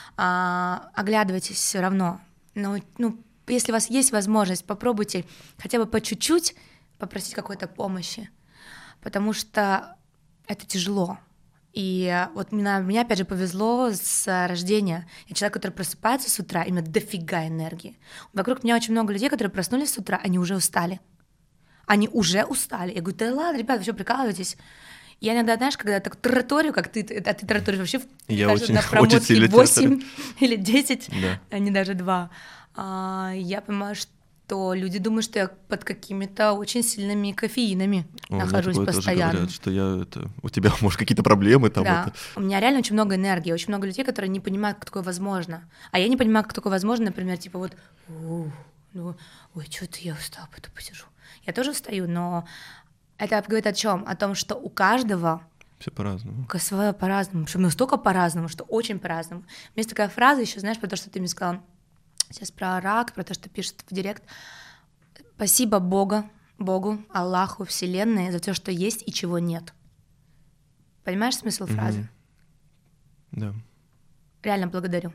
C: А, оглядывайтесь все равно. Но, ну, если у вас есть возможность, попробуйте хотя бы по чуть-чуть попросить какой-то помощи, потому что это тяжело. И вот меня, мне, опять же, повезло с рождения. Я человек, который просыпается с утра, именно дофига энергии. Вокруг меня очень много людей, которые проснулись с утра, они уже устали. Они уже устали. Я говорю, да ладно, ребята, вы что, прикалываетесь? Я иногда, знаешь, когда я так тараторю, как ты, а ты тараторишь вообще,
B: я
C: кажется,
B: очень,
C: на промотке восемь или десять,
B: да.
C: а не даже два. А, я понимаю, что то люди думают, что я под какими-то очень сильными кофеинами
B: О,
C: нахожусь
B: мне
C: постоянно.
B: Тоже говорят, что я это, у тебя, может, какие-то проблемы там.
C: Да,
B: это...
C: у меня реально очень много энергии, очень много людей, которые не понимают, как такое возможно. А я не понимаю, как такое возможно, например, типа вот, ну, ой, что-то я устала, пойду посижу. Я тоже устаю, но это говорит о чем? О том, что у каждого
B: все по-разному.
C: Свое по-разному, причем настолько по-разному, что очень по-разному. У меня есть такая фраза еще, знаешь, про то, что ты мне сказала сейчас про рак, про то, что пишет в директ. Спасибо Бога, Богу, Аллаху, Вселенной за то, что есть и чего нет. Понимаешь смысл фразы?
B: Mm-hmm. Да.
C: Реально благодарю.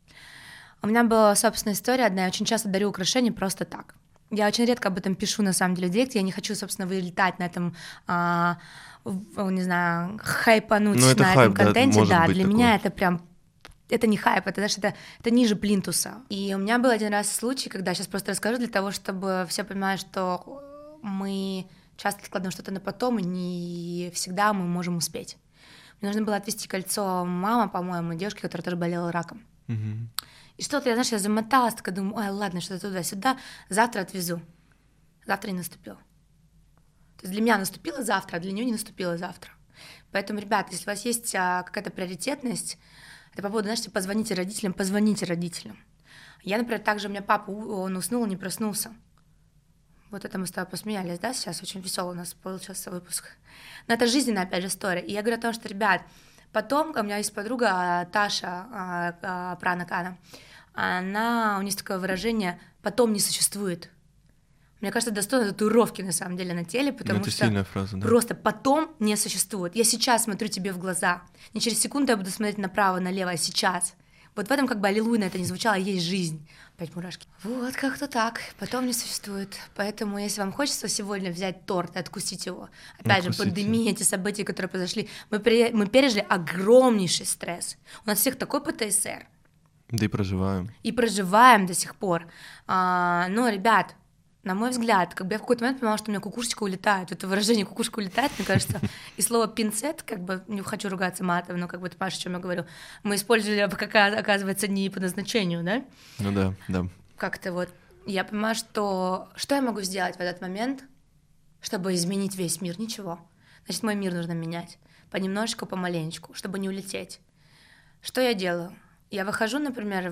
C: У меня была собственная история одна, я очень часто дарю украшения просто так. Я очень редко об этом пишу, на самом деле, в директе, я не хочу, собственно, вылетать на этом, а, не знаю, хайпануть
B: ну,
C: на
B: хайп,
C: этом контенте. Да,
B: да,
C: для
B: такое.
C: меня это прям, это не хайп, это, знаешь, это, это ниже плинтуса. И у меня был один раз случай, когда, сейчас просто расскажу, для того, чтобы все понимали, что мы часто откладываем что-то на потом, и не всегда мы можем успеть. Мне нужно было отвезти кольцо мама, по-моему, девушки, которая тоже болела раком.
B: Угу.
C: И что-то, я, знаешь, я замоталась, такая думаю, ой, ладно, что-то туда-сюда, завтра отвезу. Завтра не наступило. То есть для меня наступило завтра, а для нее не наступило завтра. Поэтому, ребята, если у вас есть а, какая-то приоритетность, это по поводу, знаешь, позвоните родителям, позвоните родителям. Я, например, также, у меня папа, он уснул, не проснулся. Вот это мы с тобой посмеялись, да, сейчас очень веселый у нас получился выпуск. Но это жизненная, опять же, история. И я говорю о том, что, ребят, потом, у меня есть подруга Таша Пранакана, она, у нее есть такое выражение «потом не существует». Мне кажется, достойно татуировки, на самом деле, на теле, потому
B: это
C: что
B: сильная фраза, да?
C: Просто потом не существует. Я сейчас смотрю тебе в глаза. Не через секунду я буду смотреть направо, налево, а сейчас. Вот в этом как бы аллилуйя на это не звучало, есть жизнь. Опять мурашки. Вот как-то так. Потом не существует. Поэтому, если вам хочется сегодня взять торт и откусить его, опять
B: Откусите.
C: же, пандемия, эти события, которые произошли, мы, при... мы пережили огромнейший стресс. У нас всех такой ПТСР.
B: Да и проживаем.
C: И проживаем до сих пор. А, но, ребят, на мой взгляд, как бы я в какой-то момент понимала, что у меня кукушечка улетает. Это выражение «кукушка улетает», мне кажется, и слово «пинцет», как бы, не хочу ругаться матом, но как бы ты понимаешь, о чем я говорю, мы использовали, пока, оказывается, не по назначению, да?
B: Ну да, да.
C: Как-то вот я понимаю, что что я могу сделать в этот момент, чтобы изменить весь мир? Ничего. Значит, мой мир нужно менять. Понемножечку, помаленечку, чтобы не улететь. Что я делаю? Я выхожу, например,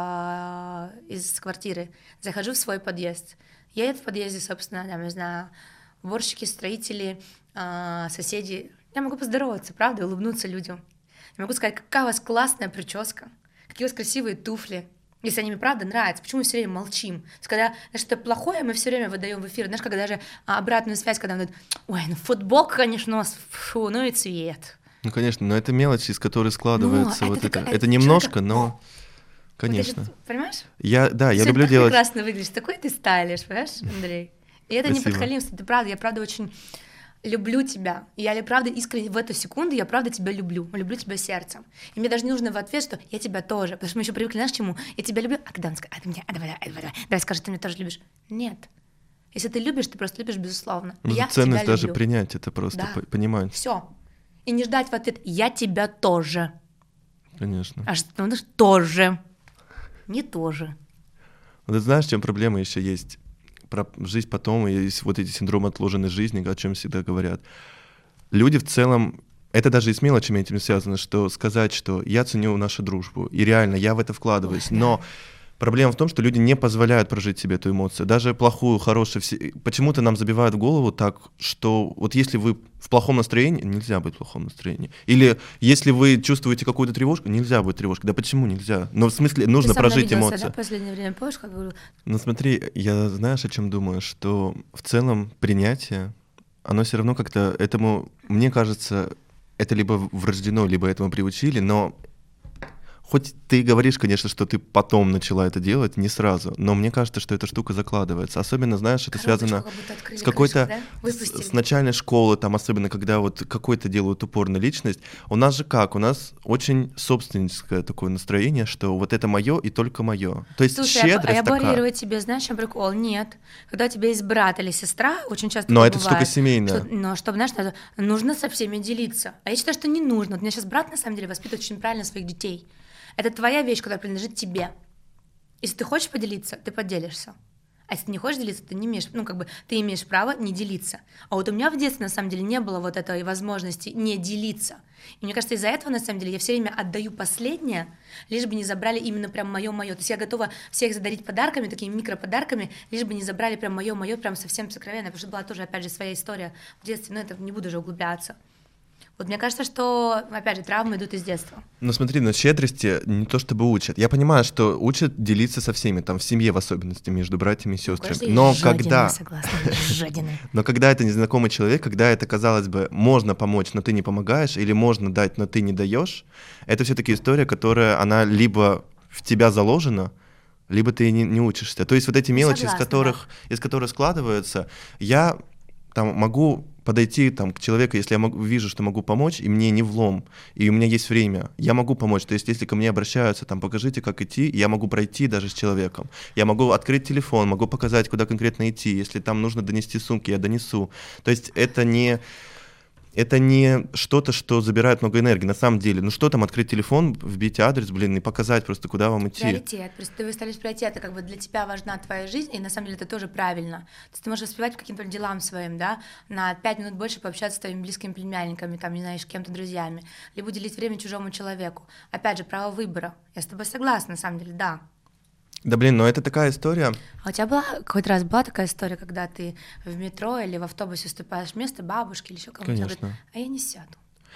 C: в... из квартиры, захожу в свой подъезд. Едет в подъезде, собственно, там, не знаю, уборщики, строители, соседи. Я могу поздороваться, правда, улыбнуться людям. Я могу сказать, какая у вас классная прическа, какие у вас красивые туфли. Если они мне правда нравятся, почему мы все время молчим? То есть, когда что-то плохое, мы все время выдаем в эфир. Знаешь, когда даже обратную связь, когда мы говорим, ой, ну футбол, конечно, у нас, фу, ну и цвет.
B: Ну, конечно, но это мелочи, из которой складывается
C: но
B: вот
C: это.
B: Это,
C: это,
B: это немножко,
C: это,
B: но... Конечно.
C: Вот ты же, понимаешь?
B: Я, да, я
C: Ты
B: люблю
C: так
B: делать...
C: прекрасно выглядишь, такой ты стайлишь, понимаешь, Андрей? И это
B: Спасибо.
C: Не подхалимство, это правда, я правда очень люблю тебя. И я правда искренне в эту секунду, я правда тебя люблю, люблю тебя сердцем. И мне даже не нужно в ответ, что я тебя тоже, потому что мы еще привыкли, знаешь, к чему? Я тебя люблю, а когда он скажет, а ты меня, а давай, давай, давай, давай, скажи, ты меня тоже любишь. Нет. Если ты любишь, ты просто любишь, безусловно.
B: Ну,
C: я
B: ценность
C: тебя
B: даже
C: люблю.
B: принять, это просто
C: Да.
B: понимать.
C: Все. И не ждать в ответ, я тебя тоже.
B: Конечно.
C: А что, ну, тоже. Не тоже.
B: Вот ты знаешь, в чем проблема еще есть? Про жизнь потом, и есть вот эти синдромы отложенной жизни, о чем всегда говорят. Люди в целом, это даже и с мелочами этим связано, что сказать, что я ценю нашу дружбу, и реально я в это вкладываюсь,
C: Ой,
B: но Проблема в том, что люди не позволяют прожить себе эту эмоцию, даже плохую, хорошую. Все... Почему-то нам забивают в голову так, что вот если вы в плохом настроении, нельзя быть в плохом настроении. Или если вы чувствуете какую-то тревожку, нельзя быть тревожкой. Да почему нельзя? Но в смысле нужно
C: Ты
B: прожить
C: обиделся,
B: эмоции.
C: Да, в последнее время, помнишь, как говорю?
B: Ну смотри, я знаешь, о чем думаю, что в целом принятие, оно все равно как-то этому, мне кажется, это либо врождено, либо этому приучили, но хоть ты говоришь, конечно, что ты потом начала это делать, не сразу, но мне кажется, что эта штука закладывается. Особенно, знаешь, это
C: Коробочку
B: связано
C: открыли,
B: с какой-то,
C: крышку, да?
B: с, с начальной школы, там, особенно когда вот какой-то делают упор на личность. У нас же как? У нас очень собственническое такое настроение, что вот это мое и только мое. То есть
C: Слушай,
B: щедрость
C: а я
B: такая.
C: парирую тебе, знаешь, чем прикол? Нет. Когда у тебя есть брат или сестра, очень часто
B: Но
C: такое
B: это
C: бывает,
B: штука семейная.
C: Что, но чтобы, знаешь, надо, нужно со всеми делиться. А я считаю, что не нужно. Вот у меня сейчас брат, на самом деле, воспитывает очень правильно своих детей. Это твоя вещь, которая принадлежит тебе. Если ты хочешь поделиться, ты поделишься. А если ты не хочешь делиться, ты не имеешь, ну, как бы, ты имеешь право не делиться. А вот у меня в детстве, на самом деле, не было вот этой возможности не делиться. И мне кажется, из-за этого, на самом деле, я все время отдаю последнее, лишь бы не забрали именно прям моё-моё. То есть я готова всех задарить подарками, такими микроподарками, лишь бы не забрали прям моё-моё, прям совсем сокровенное, потому что была тоже, опять же, своя история в детстве, но это не буду уже углубляться. Вот мне кажется, что, опять же, травмы идут из детства.
B: Ну смотри, на щедрости не то чтобы учат. Я понимаю, что учат делиться со всеми, там в семье в особенности, между братьями и сестрами.
C: Ну,
B: но
C: жадины,
B: когда...
C: согласна, жадины.
B: Но когда это незнакомый человек, когда это, казалось бы, можно помочь, но ты не помогаешь, или можно дать, но ты не даешь, это все-таки история, которая, она либо в тебя заложена, либо ты не, не учишься. То есть вот эти мелочи,
C: Согласна,
B: из которых, да. из которых складываются, я там могу подойти там, к человеку, если я могу, вижу, что могу помочь, и мне не влом, и у меня есть время, я могу помочь. То есть если ко мне обращаются, там, покажите, как идти, я могу пройти даже с человеком. Я могу открыть телефон, могу показать, куда конкретно идти. Если там нужно донести сумки, я донесу. То есть это не... Это не что-то, что забирает много энергии. На самом деле, ну что там, открыть телефон, вбить адрес, блин, и показать просто, куда вам идти.
C: Приоритет. Просто ты выставляешь приоритеты, как бы для тебя важна твоя жизнь, и на самом деле это тоже правильно. То есть ты можешь успевать к каким-то делам своим, да, на пять минут больше пообщаться с твоими близкими племянниками, там, не знаешь, с кем-то друзьями, либо уделить время чужому человеку. Опять же, право выбора. Я с тобой согласна, на самом деле, да.
B: Да блин, но это такая история.
C: А у тебя была какой-то раз была такая история, когда ты в метро или в автобусе уступаешь место бабушке или еще кому-то,
B: Конечно.
C: говорит, а я не сяду.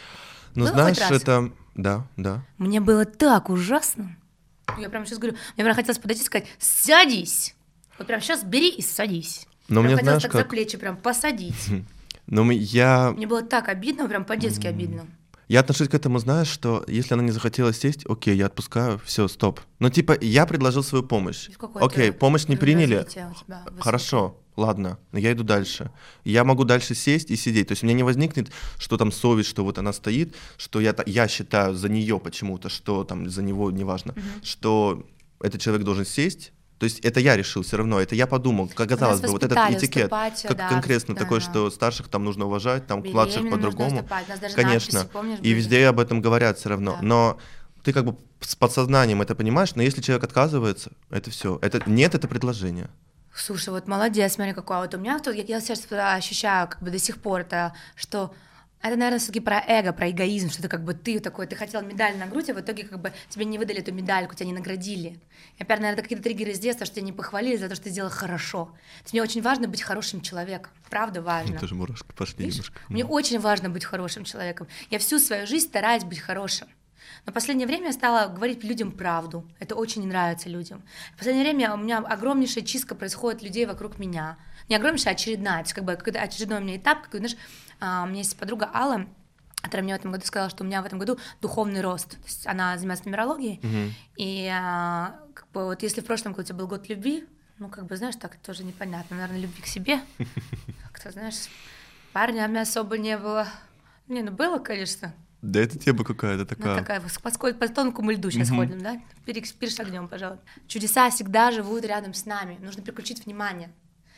B: Ну
C: было
B: знаешь,
C: хоть раз?
B: это... Да, да.
C: Мне было так ужасно. Я прям сейчас говорю, мне прям хотелось подойти и сказать, садись. Вот прям сейчас бери и садись.
B: Но
C: Прям
B: мне,
C: хотелось
B: знаешь,
C: так
B: как...
C: за плечи прям посадить.
B: Ну, я...
C: Мне было так обидно, прям по-детски обидно.
B: Я отношусь к этому, знаешь, что если она не захотела сесть, окей, я отпускаю, все, стоп. Ну, типа, я предложил свою помощь. Окей, помощь не приняли. Хорошо, ладно, но я иду дальше. Я могу дальше сесть и сидеть. То есть у меня не возникнет, что там совесть, что вот она стоит, что я, я считаю за нее почему-то, что там за него, неважно, угу. что этот человек должен сесть. То есть это я решил все равно, это я подумал, как казалось бы, вот этот этикет, как да, конкретно да, такой, да. что старших там нужно уважать, там младших по-другому, конечно, помнишь, и везде об этом говорят все равно, да. Но ты как бы с подсознанием это понимаешь, но если человек отказывается, это все, это нет, это предложение.
C: Слушай, вот молодец, смотри, какой, вот у меня, я, я сейчас ощущаю как бы до сих пор, это, что... Это, наверное, все-таки про эго, про эгоизм, что ты как бы ты такой, ты хотел медаль на грудь, а в итоге как бы тебе не выдали эту медальку, тебя не наградили. И опять, наверное, это какие-то триггеры с детства, что тебя не похвалили за то, что ты сделал хорошо. То есть мне очень важно быть хорошим человеком, правда важно.
B: Тоже мурашки пошли немножко.
C: Мне очень важно быть хорошим человеком. Я всю свою жизнь стараюсь быть хорошим. Но в последнее время я стала говорить людям правду. Это очень нравится людям. В последнее время у меня огромнейшая чистка происходит людей вокруг меня. Не огромнейшая, а очередная. То есть как бы какой-то очередной у меня этап, какой, знаешь, у меня есть подруга Алла, которая мне в этом году сказала, что у меня в этом году духовный рост. То есть она занимается нумерологией, uh-huh. и как бы, вот если в прошлом году у тебя был год любви, ну, как бы, знаешь, так тоже непонятно, наверное, любви к себе. Как-то, знаешь, парнями особо не было. Не, ну было, конечно.
B: Да это тема какая-то такая.
C: Ну, такая, по, по тонкому льду сейчас uh-huh. ходим, да? Перешагнем, пожалуйста. Чудеса всегда живут рядом с нами, нужно переключить внимание.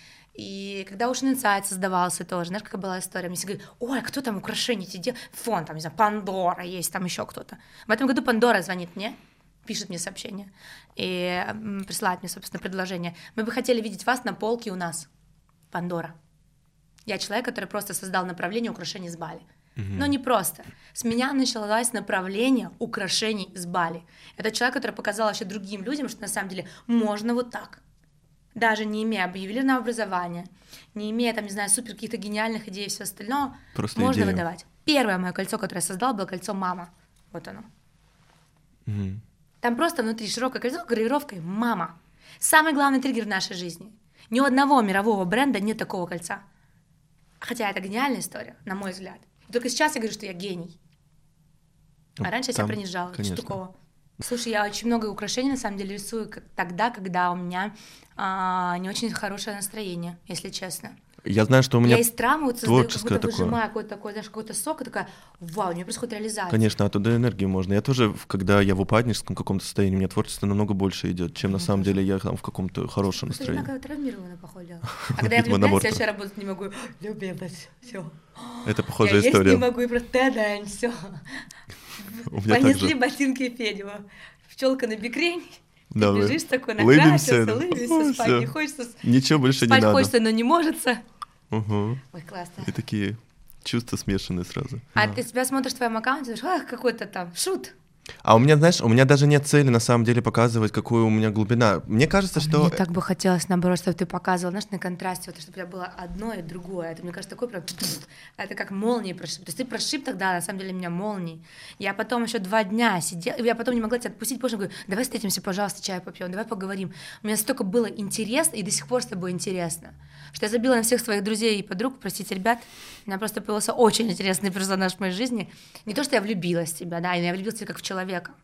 C: И когда Ocean Insight создавался тоже, знаешь, какая была история? Мне все говорят, ой, кто там украшения эти делает? Фон, там, не знаю, Пандора есть, там еще кто-то. В этом году Пандора звонит мне, пишет мне сообщение и присылает мне, собственно, предложение. Мы бы хотели видеть вас на полке у нас. Пандора. Я человек, который просто создал направление украшений с Бали.
B: Угу.
C: Но не просто. С меня началось направление украшений с Бали. Это человек, который показал вообще другим людям, что на самом деле можно вот так. Даже не имея ювелирного образования, не имея, там, не знаю, супер каких-то гениальных идей и все остальное,
B: просто
C: можно
B: идея.
C: выдавать. Первое мое кольцо, которое я создала, было кольцо «Мама». Вот оно.
B: Угу.
C: Там просто внутри широкое кольцо с гравировкой «Мама». Самый главный триггер в нашей жизни. Ни у одного мирового бренда нет такого кольца. Хотя это гениальная история, на мой взгляд. И только сейчас я говорю, что я гений. А раньше я себя принижала. Что такого? Слушай, я очень много украшений на самом деле рисую как тогда, когда у меня а, не очень хорошее настроение, если честно.
B: Я знаю, что у меня
C: я из травмы вот создаю,
B: творческое
C: какой-то,
B: такое.
C: Выжимаю какой-то такой, знаешь, какой-то сок, и такая, вау, у меня происходит реализация.
B: Конечно, оттуда энергии можно. Я тоже, когда я в упадническом каком-то состоянии, у меня творчество намного больше идет, чем
C: Я
B: на самом
C: тоже.
B: деле я там в каком-то хорошем
C: Просто
B: настроении.
C: я травмирована, походу. А когда я влюбляюсь, я вообще работать не могу. Любимость, все.
B: Это похожая
C: я
B: история.
C: Я есть не могу, и просто тадань, все. Понесли ботинки Федева. Пчелка на бикрень.
B: Да,
C: ты бежишь такой,
B: накрасился,
C: накрасился, лыбишься, спать не хочется.
B: Ничего больше не
C: спать
B: надо.
C: Спать хочется, но не можется.
B: Угу.
C: Ой, классно.
B: И такие чувства смешанные сразу.
C: А да. Ты себя смотришь в твоем аккаунте, думаешь, ах, какой-то там шут.
B: А у меня, знаешь, у меня даже нет цели на самом деле показывать, какую у меня глубина. Мне кажется,
C: а
B: что...
C: Мне так бы хотелось, наоборот, чтобы ты показывал, знаешь, на контрасте, вот, чтобы у тебя было одно и другое. Это, мне кажется, такой прям... Это как молнией прошиб. То есть ты прошиб тогда, на самом деле, меня молнией. Я потом еще два дня сидела, я потом не могла тебя отпустить, позже говорю, давай встретимся, пожалуйста, чай попьем, давай поговорим. У меня столько было интересно, и до сих пор с тобой интересно, что я забила на всех своих друзей и подруг, простите, ребят, у меня просто появился очень интересный персонаж в моей жизни. Не то, что я влюбилась в тебя, да, я влюбилась в тебя как в человека.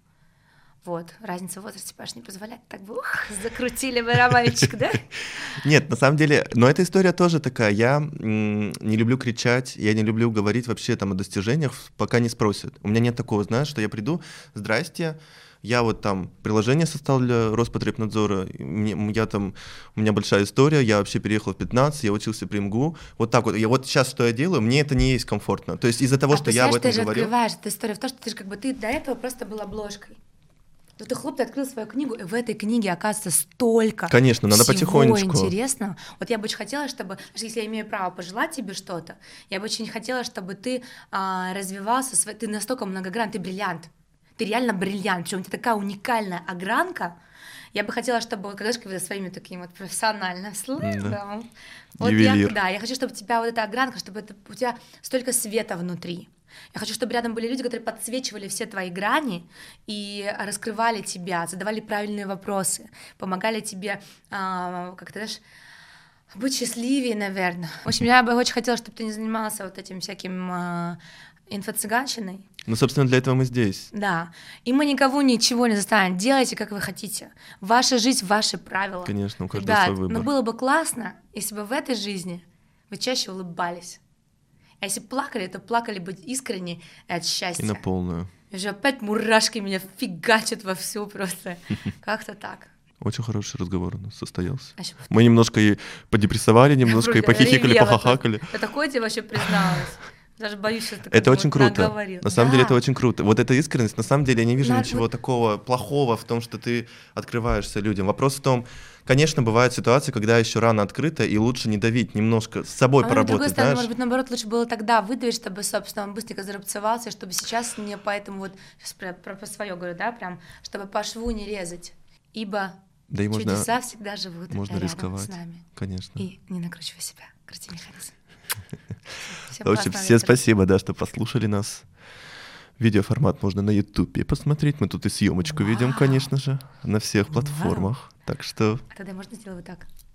C: Вот, разница в возрасте, Паш, не позволяет, так бы, ух, закрутили бы романчик, да?
B: Нет, на самом деле, но эта история тоже такая, я м, не люблю кричать, я не люблю говорить вообще там о достижениях, пока не спросят. У меня нет такого, знаешь, что я приду, здрасте, я вот там приложение составил для Роспотребнадзора, мне, я там, у меня большая история, я вообще переехал в пятнадцать, я учился при МГУ, вот так вот, я вот сейчас что я делаю, мне это не есть комфортно, то есть из-за того,
C: а
B: что я об этом
C: ты же
B: говорю...
C: открываешь эту историю в том, что ты же как бы, ты до этого просто был обложкой. Вот ты хлоп, ты открыл свою книгу, и в этой книге оказывается столько
B: Конечно, надо
C: всего
B: потихонечку.
C: интересного. Вот я бы очень хотела, чтобы, если я имею право пожелать тебе что-то, я бы очень хотела, чтобы ты а, развивался, ты настолько многогранный, ты бриллиант, ты реально бриллиант, причем у тебя такая уникальная огранка. Я бы хотела, чтобы, когда же когда своими таким вот профессиональным словом,
B: да.
C: вот я, да, я хочу, чтобы у тебя вот эта огранка, чтобы это, у тебя столько света внутри. Я хочу, чтобы рядом были люди, которые подсвечивали все твои грани и раскрывали тебя, задавали правильные вопросы, помогали тебе, а, как ты знаешь, быть счастливее, наверное. В общем, я бы очень хотела, чтобы ты не занимался вот этим всяким а, инфо-цыганщиной.
B: Ну, собственно, для этого мы здесь.
C: Да. И мы никого ничего не заставим. Делайте, как вы хотите. Ваша жизнь, ваши правила.
B: Конечно, у каждого свой выбор.
C: Но было бы классно, если бы в этой жизни вы чаще улыбались. А если плакали, то плакали бы искренне и от счастья.
B: И на полную.
C: И уже опять мурашки меня фигачат вовсю просто. Как-то так.
B: Очень хороший разговор у нас состоялся.
C: А
B: мы немножко и подепрессовали, немножко и похихикали, похахакали.
C: Я такое тебе вообще призналась. Даже боюсь, что ты
B: это очень круто.
C: Наговорил.
B: На самом
C: да.
B: деле это очень круто. Вот эта искренность, на самом деле я не вижу
C: Надо...
B: ничего такого плохого в том, что ты открываешься людям. Вопрос в том, конечно, бывают ситуации, когда еще рано открыто, и лучше не давить, немножко с собой
C: а
B: поработать,
C: с другой стороны,
B: знаешь?
C: может быть, наоборот, лучше было тогда выдавить, чтобы, собственно, он быстренько зарубцевался, чтобы сейчас не поэтому вот, сейчас про, про, про свое говорю, да, прям, чтобы по шву не резать, ибо
B: да и
C: чудеса
B: можно,
C: всегда живут
B: можно
C: рядом
B: рисковать,
C: с нами.
B: Конечно.
C: И не накручивай себя, крути механизм.
B: В общем, всем спасибо, да, что послушали нас. Видеоформат можно на Ютубе посмотреть. Мы тут и съемочку ведем, конечно же, на всех платформах. Так что...
C: А тогда можно сделать вот так?